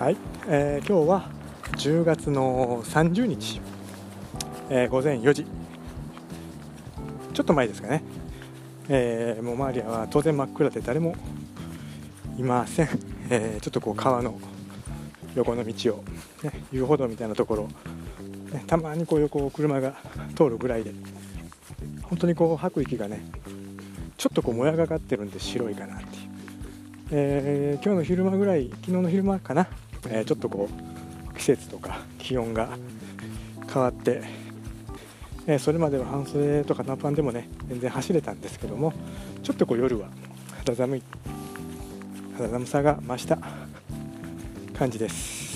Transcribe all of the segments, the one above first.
はい、今日は10月の30日、午前4時ちょっと前ですかね。もう周りは当然真っ暗で誰もいません。ちょっとこう川の横の道を、遊歩道みたいなところ、たまにこう横を車が通るぐらいで、本当にこう吐く息がねちょっとこうもやがかってるんで白いかなっていう、今日の昼間ぐらい、昨日の昼間かな、ちょっとこう季節とか気温が変わって、それまでは半袖とか短パンでもね全然走れたんですけども、ちょっとこう夜は肌寒さが増した感じです。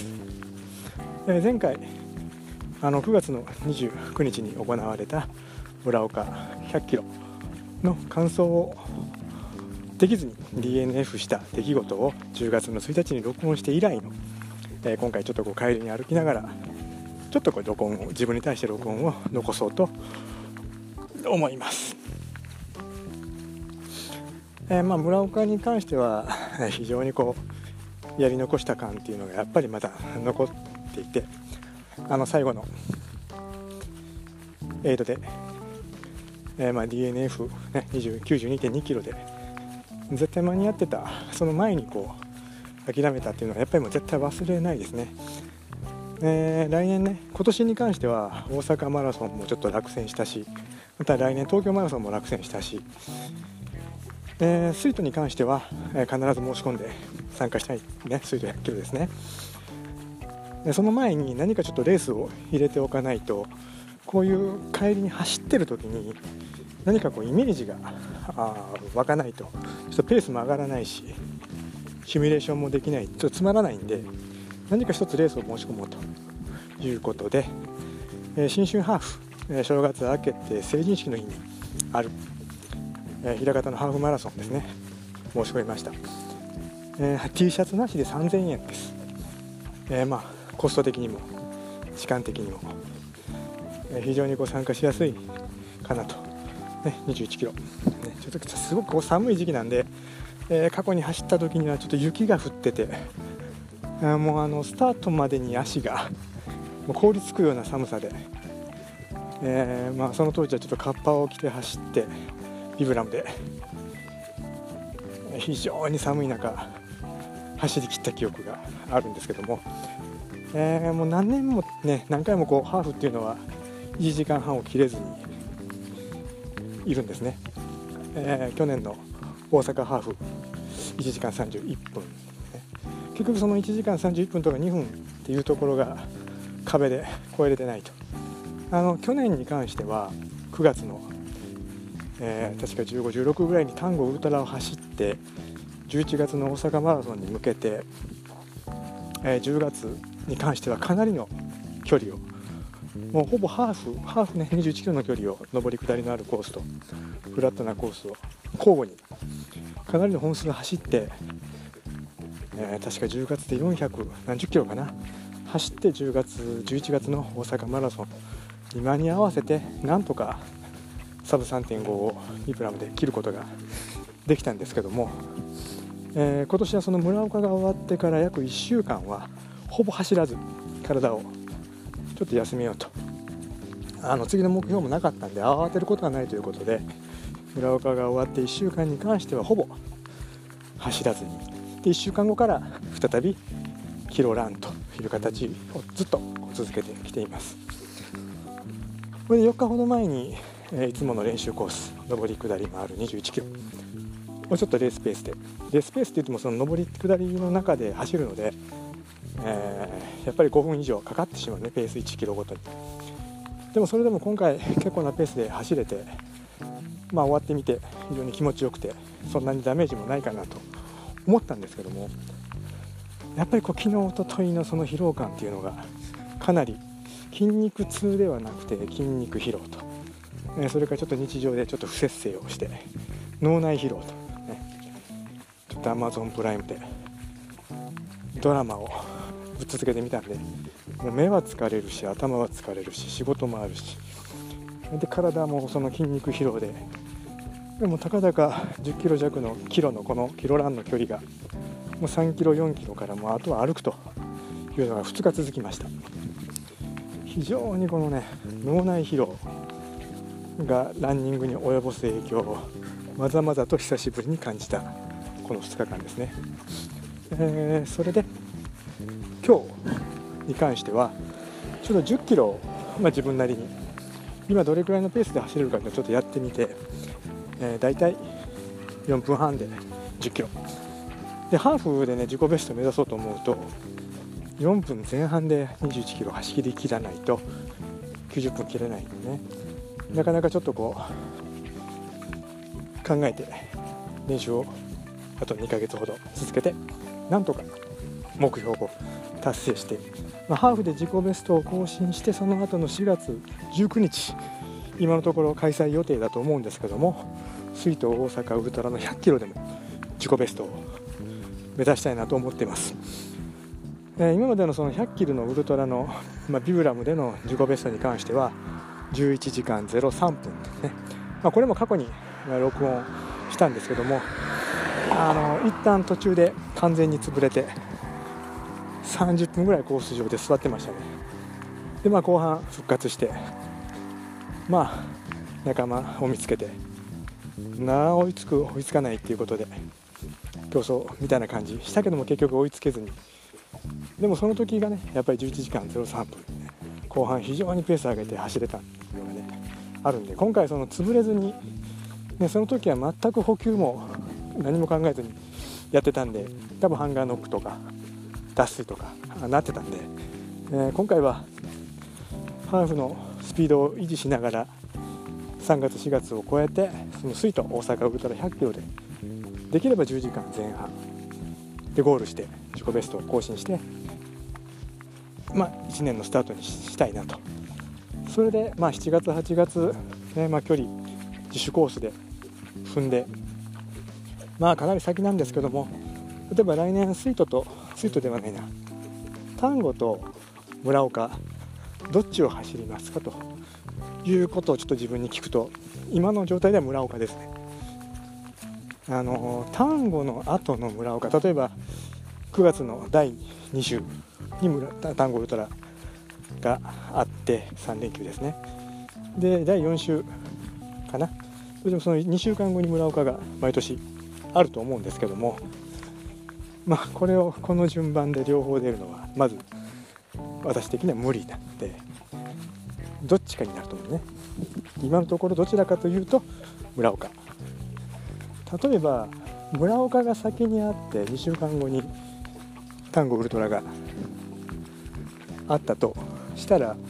前回9月の29日に行われた村岡100キロの完走をできずに DNF した出来事を10月の1日に録音して以来の、今回ちょっとこう帰りに歩きながらちょっとこう自分に対して録音を残そうと思います。村岡に関しては非常にこうやり残した感っていうのがやっぱりまだ残っていて、最後の8で、DNF、92.2 キロで絶対間に合ってた、その前にこう諦めたっていうのはやっぱりもう絶対忘れないですね。来年ね、今年に関しては大阪マラソンもちょっと落選したし、また来年東京マラソンも落選したし、スイートに関しては、必ず申し込んで参加したいね、スイート100キロですね。その前に何かちょっとレースを入れておかないと、こういう帰りに走ってる時に何かこうイメージが湧かないとちょっとペースも上がらないし、シミュレーションもできない、ちょっとつまらないんで、何か一つレースを申し込もうということで、新春ハーフ、正月明けて成人式の日にある、枚方のハーフマラソンですね、申し込みました。T シャツなしで3000円です。コスト的にも時間的にも、非常にこう参加しやすいかなと、21キロ、ちょっとすごくこう寒い時期なんで、過去に走った時にはちょっと雪が降ってて、もうスタートまでに足がもう凍りつくような寒さで、その当時はちょっとカッパを着て走ってビブラムで非常に寒い中走り切った記憶があるんですけども、もう何年もね、何回もこうハーフっていうのは1時間半を切れずにいるんですね。去年の大阪ハーフ1時間31分、結局その1時間31分とか2分っていうところが壁で超えれてないと。去年に関しては9月の、確か15、16ぐらいに丹後ウルトラを走って、11月の大阪マラソンに向けて、10月に関してはかなりの距離を、もうほぼハーフね、21キロの距離を上り下りのあるコースとフラットなコースを交互にかなりの本数走って、確か10月で400何十キロかな走って、11月の大阪マラソンに間に合わせてなんとかサブ 3.5 をビブラムで切ることができたんですけども、今年はその村岡が終わってから約1週間はほぼ走らず体をちょっと休めようと、次の目標もなかったんで慌てることがないということで、村岡が終わって1週間に関してはほぼ走らずに、で1週間後から再びキロランという形をずっと続けてきています。これで4日ほど前に、いつもの練習コース上り下り回る21キロをちょっとレースペースって言ってもその上り下りの中で走るので、やっぱり5分以上かかってしまうね、ペース1キロごとに。でもそれでも今回結構なペースで走れて、終わってみて非常に気持ちよくて、そんなにダメージもないかなと思ったんですけども、やっぱりこう昨日おとといのその疲労感っていうのがかなり筋肉痛ではなくて筋肉疲労と、それからちょっと日常でちょっと不節制をして脳内疲労と、ちょっと Amazon プライムでドラマをぶっ続けてみたんで、もう目は疲れるし頭は疲れるし仕事もあるし、で体もその筋肉疲労で、でもたかだか10キロ弱のキロのこのキロランの距離がもう3キロ4キロからもうあとは歩くというのが2日続きました。非常にこのね脳内疲労がランニングに及ぼす影響をまざまざと久しぶりに感じたこの2日間ですね。それで今日に関してはちょっと10キロを、自分なりに今どれくらいのペースで走れるかってちょっとやってみて、だいたい4分半で10キロで、ハーフでね自己ベストを目指そうと思うと4分前半で21キロ走りきらないと90分切れないんでね、なかなかちょっとこう考えて練習をあと2ヶ月ほど続けてなんとか目標を達成して、ハーフで自己ベストを更新してその後の4月19日今のところ開催予定だと思うんですけども、水都大阪ウルトラの100キロでも自己ベストを目指したいなと思っています。今までのその100キロのウルトラの、ビブラムでの自己ベストに関しては11時間03分ですね。これも過去に録音したんですけども、一旦途中で完全に潰れて30分ぐらいコース上で座ってましたね。で後半復活して仲間を見つけて追いつく追いつかないっていうことで競争みたいな感じしたけども結局追いつけずに、でもその時がねやっぱり11時間03分、後半非常にペース上げて走れたっていうのがねあるんで、今回その潰れずに、その時は全く補給も何も考えずにやってたんで、多分ハンガーノックとか脱水とかなってたんで、今回はハーフのスピードを維持しながら3月4月を超えてその水都大阪ウルトラ100キロでできれば10時間前半でゴールして自己ベストを更新して1年のスタートにしたいなと。それで7月8月、距離自主コースで踏んでかなり先なんですけども、例えば来年水都ではないな丹後と村岡どっちを走りますかということをちょっと自分に聞くと今の状態では村岡ですね。丹後の後の村岡、例えば9月の第2週に丹後ウルトラがあって3連休ですね。で第4週かな、それでもその2週間後に村岡が毎年あると思うんですけども、この順番で両方出るのはまず私的には無理なんで、どっちかになると思うね。今のところどちらかというと村岡。例えば村岡が先にあって2週間後に丹後ウルトラがあったとしたら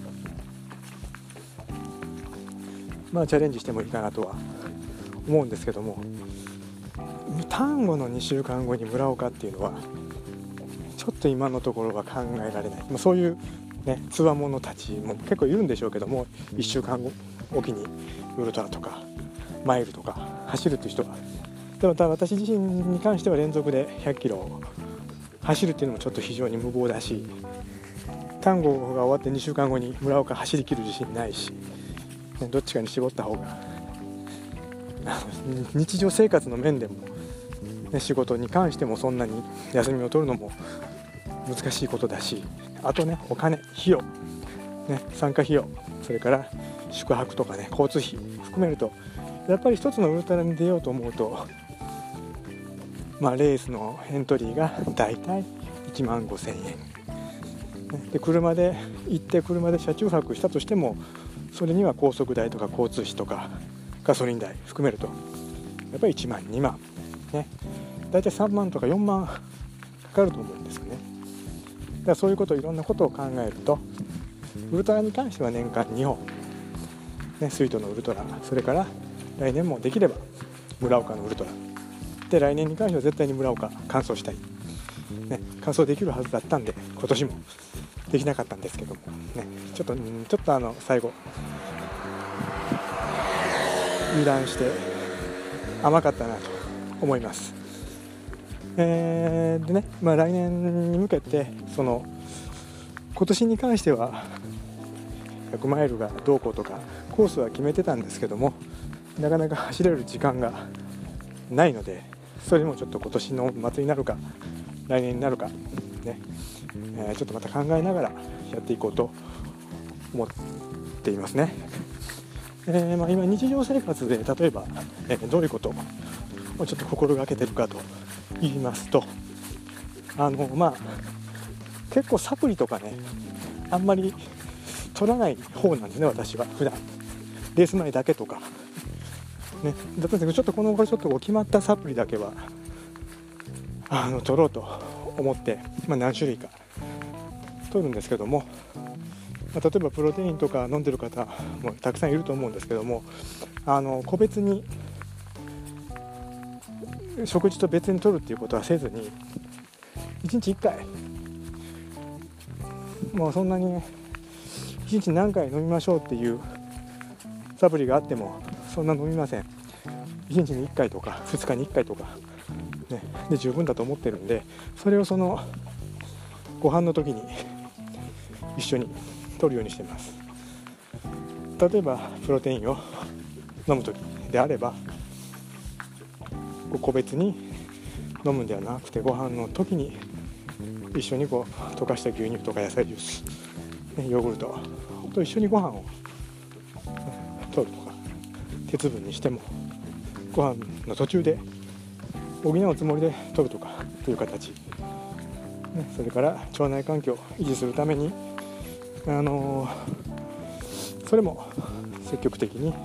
チャレンジしてもいいかなとは思うんですけども、丹後の2週間後に村岡っていうのはちょっと今のところは考えられない。そういうねつわものたちも結構いるんでしょうけども、1週間後おきにウルトラとかマイルとか走るっていう人は、でも私自身に関しては連続で100キロを走るっていうのもちょっと非常に無謀だし、丹後が終わって2週間後に村岡走り切る自信ないし、どっちかに絞った方が日常生活の面でも、仕事に関してもそんなに休みを取るのも難しいことだし、あとねお金費用、参加費用、それから宿泊とかね交通費含めるとやっぱり一つのウルトラに出ようと思うとレースのエントリーがだいたい1万5,000円で、車で行って車で車中泊したとしてもそれには高速代とか交通費とかガソリン代含めるとやっぱり1万2万だいたい3万とか4万かかると思うんですよね。だからそういうこといろんなことを考えるとウルトラに関しては年間2本、水都のウルトラ、それから来年もできれば村岡のウルトラで、来年に関しては絶対に村岡完走したい、完走できるはずだったんで今年もできなかったんですけども、ちょっと最後油断して甘かったなと思います。でね、来年に向けて今年に関しては100マイルがどうこうとかコースは決めてたんですけども、なかなか走れる時間がないので、それもちょっと今年の末になるか来年になるかちょっとまた考えながらやっていこうと思っていますね。今日常生活で例えば、どういうことをちょっと心がけてるかと言いますと、結構サプリとかねあんまり取らない方なんですね。私は普段レース前だけとかね、だったんですけど、ちょっとこの頃ちょっと決まったサプリだけは取ろうと思って、何種類か取るんですけども、例えばプロテインとか飲んでる方もたくさんいると思うんですけども、個別に食事と別に取るっていうことはせずに1日1回、もうそんなに1日何回飲みましょうっていうサプリがあってもそんな飲みません。1日に1回とか2日に1回とか、ね、で十分だと思ってるんで、それをそのご飯の時に一緒に取るようにしてます。例えばプロテインを飲む時であれば個別に飲むんではなくて、ご飯の時に一緒に溶かした牛乳とか野菜ジュース、ヨーグルトと一緒にご飯を取るとか、鉄分にしてもご飯の途中で補うつもりで取るとかという形、それから腸内環境を維持するためにそれも積極的に、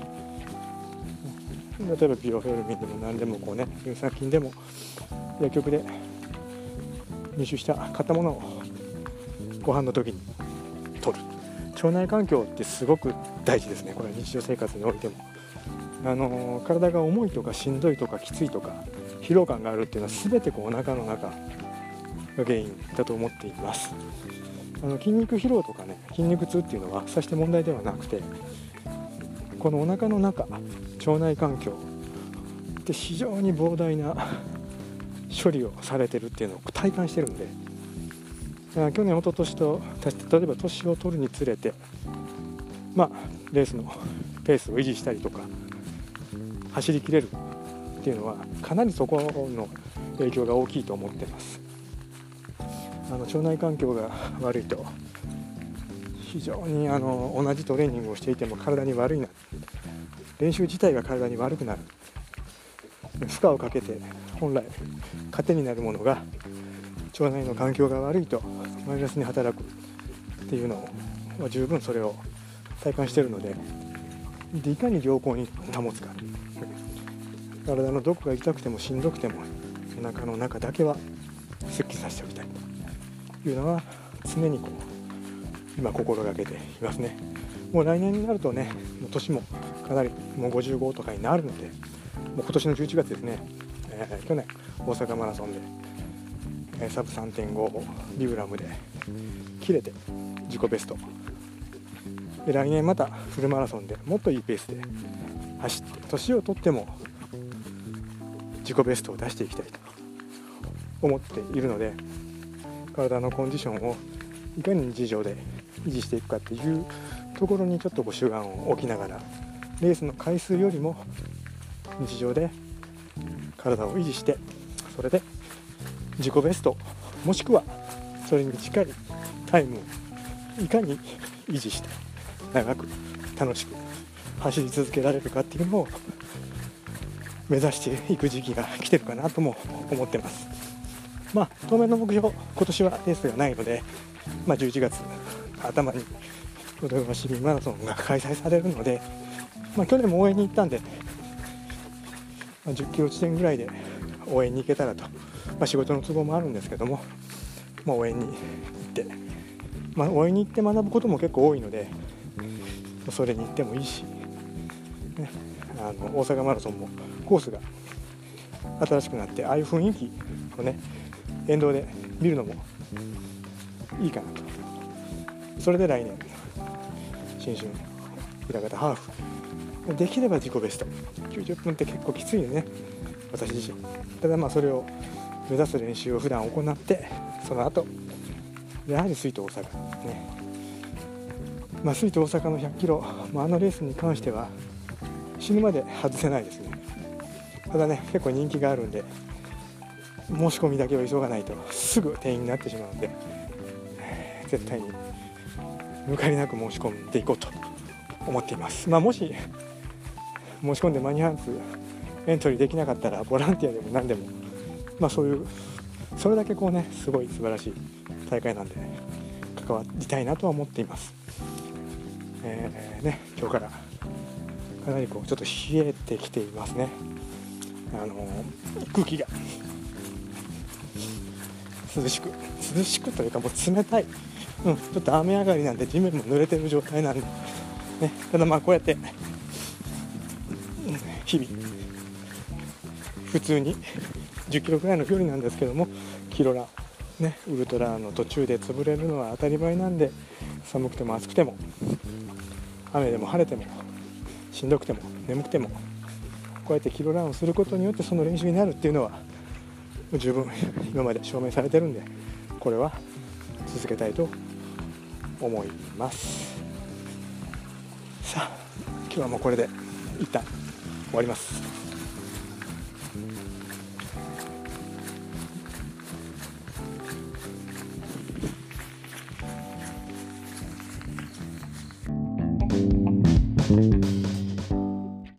例えばビオフェルミンでも何でも乳酸菌でも薬局で入手した買ったものをご飯の時に取る。腸内環境ってすごく大事ですね。これは日常生活においても体が重いとかしんどいとかきついとか疲労感があるっていうのは全てお腹の中が原因だと思っています。筋肉疲労とかね、筋肉痛っていうのはさして問題ではなくて、このお腹の中、腸内環境って非常に膨大な処理をされてるっていうのを体感してるんで、去年一昨年と例えば年を取るにつれて、レースのペースを維持したりとか走りきれるっていうのはかなりそこの影響が大きいと思ってます。腸内環境が悪いと非常に同じトレーニングをしていても体に悪いな、練習自体が体に悪くなる、負荷をかけて本来糧になるものが腸内の環境が悪いとマイナスに働くっていうのを十分それを体感しているので、いかに良好に保つか、体のどこが痛くてもしんどくてもお腹の中だけはすっきりさせておきたいというのは常に今心がけていますね。もう来年になるとね、もう年もかなりもう55とかになるので、もう今年の11月ですね、去年大阪マラソンで、サブ 3.5 ビブラムで切れて自己ベストで、来年またフルマラソンでもっといいペースで走って年を取っても自己ベストを出していきたいと思っているので、体のコンディションをいかに日常で維持していくかっていうところにちょっと主眼を置きながら、レースの回数よりも日常で体を維持して、それで自己ベストもしくはそれに近いタイムをいかに維持して長く楽しく走り続けられるかっていうのを目指していく時期が来てるかなとも思ってます。当面の目標、今年はレースがないので、11月頭に淀川市民マラソンが開催されるので、去年も応援に行ったんで、10キロ地点ぐらいで応援に行けたらと、仕事の都合もあるんですけども、応援に行って、応援に行って学ぶことも結構多いので、それに行ってもいいし、大阪マラソンもコースが新しくなって、ああいう雰囲気をね沿道で見るのもいいかなと。それで来年新春平方ハーフできれば自己ベスト90分って結構きついよね、私自身。ただそれを目指す練習を普段行って、その後やはり水都大阪ね、水都大阪の100キロ、あのレースに関しては死ぬまで外せないですね。ただね、結構人気があるんで申し込みだけを急がないとすぐ定員になってしまうので、 絶対に抜かりなく申し込んでいこうと思っています。もし申し込んで間に合わずエントリーできなかったらボランティアでも何でも、そういうそれだけすごい素晴らしい大会なんで、関わりたいなとは思っています。今日からかなりちょっと冷えてきていますね。空気が涼しくというかもう冷たい、ちょっと雨上がりなんで地面も濡れてる状態なんで、ただこうやって日々普通に10キロぐらいの距離なんですけども、キロラン、ウルトラの途中で潰れるのは当たり前なんで、寒くても暑くても雨でも晴れてもしんどくても眠くてもこうやってキロランをすることによってその練習になるっていうのは十分今まで証明されてるんで、これは続けたいと思います。さあ今日はもうこれで一旦終わります。